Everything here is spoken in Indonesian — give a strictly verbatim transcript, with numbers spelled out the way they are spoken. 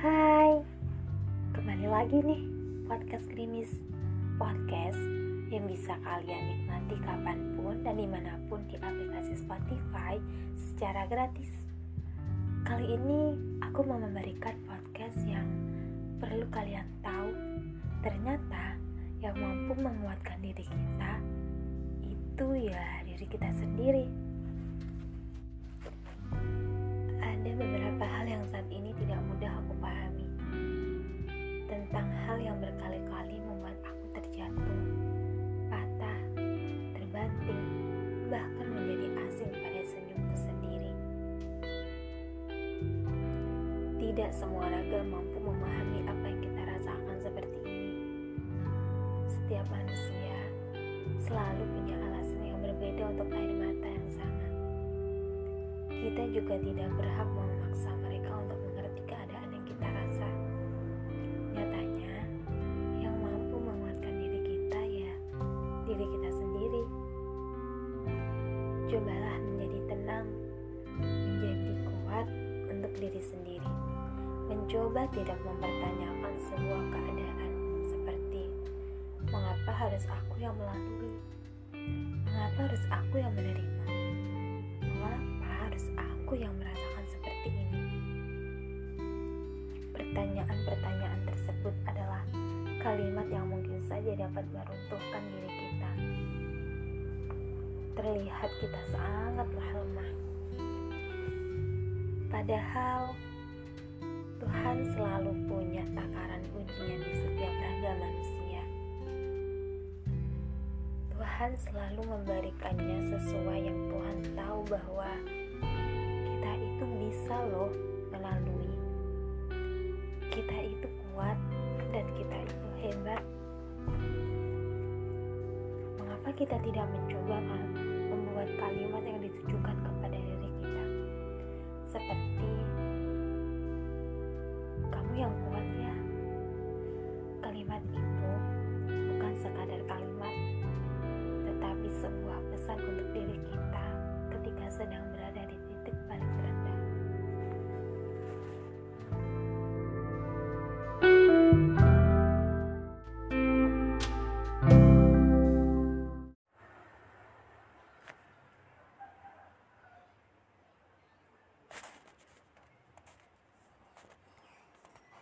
Hai, kembali lagi nih podcast Gerimis. Podcast yang bisa kalian nikmati kapanpun dan dimanapun di aplikasi Spotify secara gratis. Kali ini aku mau memberikan podcast yang perlu kalian tahu. Ternyata yang mampu menguatkan diri kita itu ya diri kita sendiri. Ada beberapa hal yang saat ini tidak mudah aku pahami, tentang hal yang berkali-kali membuat aku terjatuh, patah, terbanting, bahkan menjadi asing pada senyumku sendiri. Tidak semua raga mampu memahami apa yang kita rasakan seperti ini. Setiap manusia selalu punya alasan yang berbeda untuk air mata yang sama. Kita juga tidak berhak memaksa mereka untuk mengerti keadaan yang kita rasa. Nyatanya, yang mampu menguatkan diri kita ya diri kita sendiri. Cobalah menjadi tenang, menjadi kuat untuk diri sendiri. Mencoba tidak mempertanyakan sebuah keadaan seperti mengapa harus aku yang melalui? Mengapa harus aku yang menerima? Mengapa harus aku yang merasakan seperti ini? Pertanyaan-pertanyaan tersebut adalah kalimat yang mungkin saja dapat meruntuhkan diri kita. Terlihat kita sangatlah lemah. Padahal Tuhan selalu punya takaran ujian di setiap raga manusia. Tuhan selalu memberikannya sesuai yang Tuhan tahu bahwa kita itu bisa loh melalui. Kita itu kuat dan kita itu hebat. Mengapa kita tidak mencoba kan membuat kalimat yang ditujukan kepada diri kita? Seperti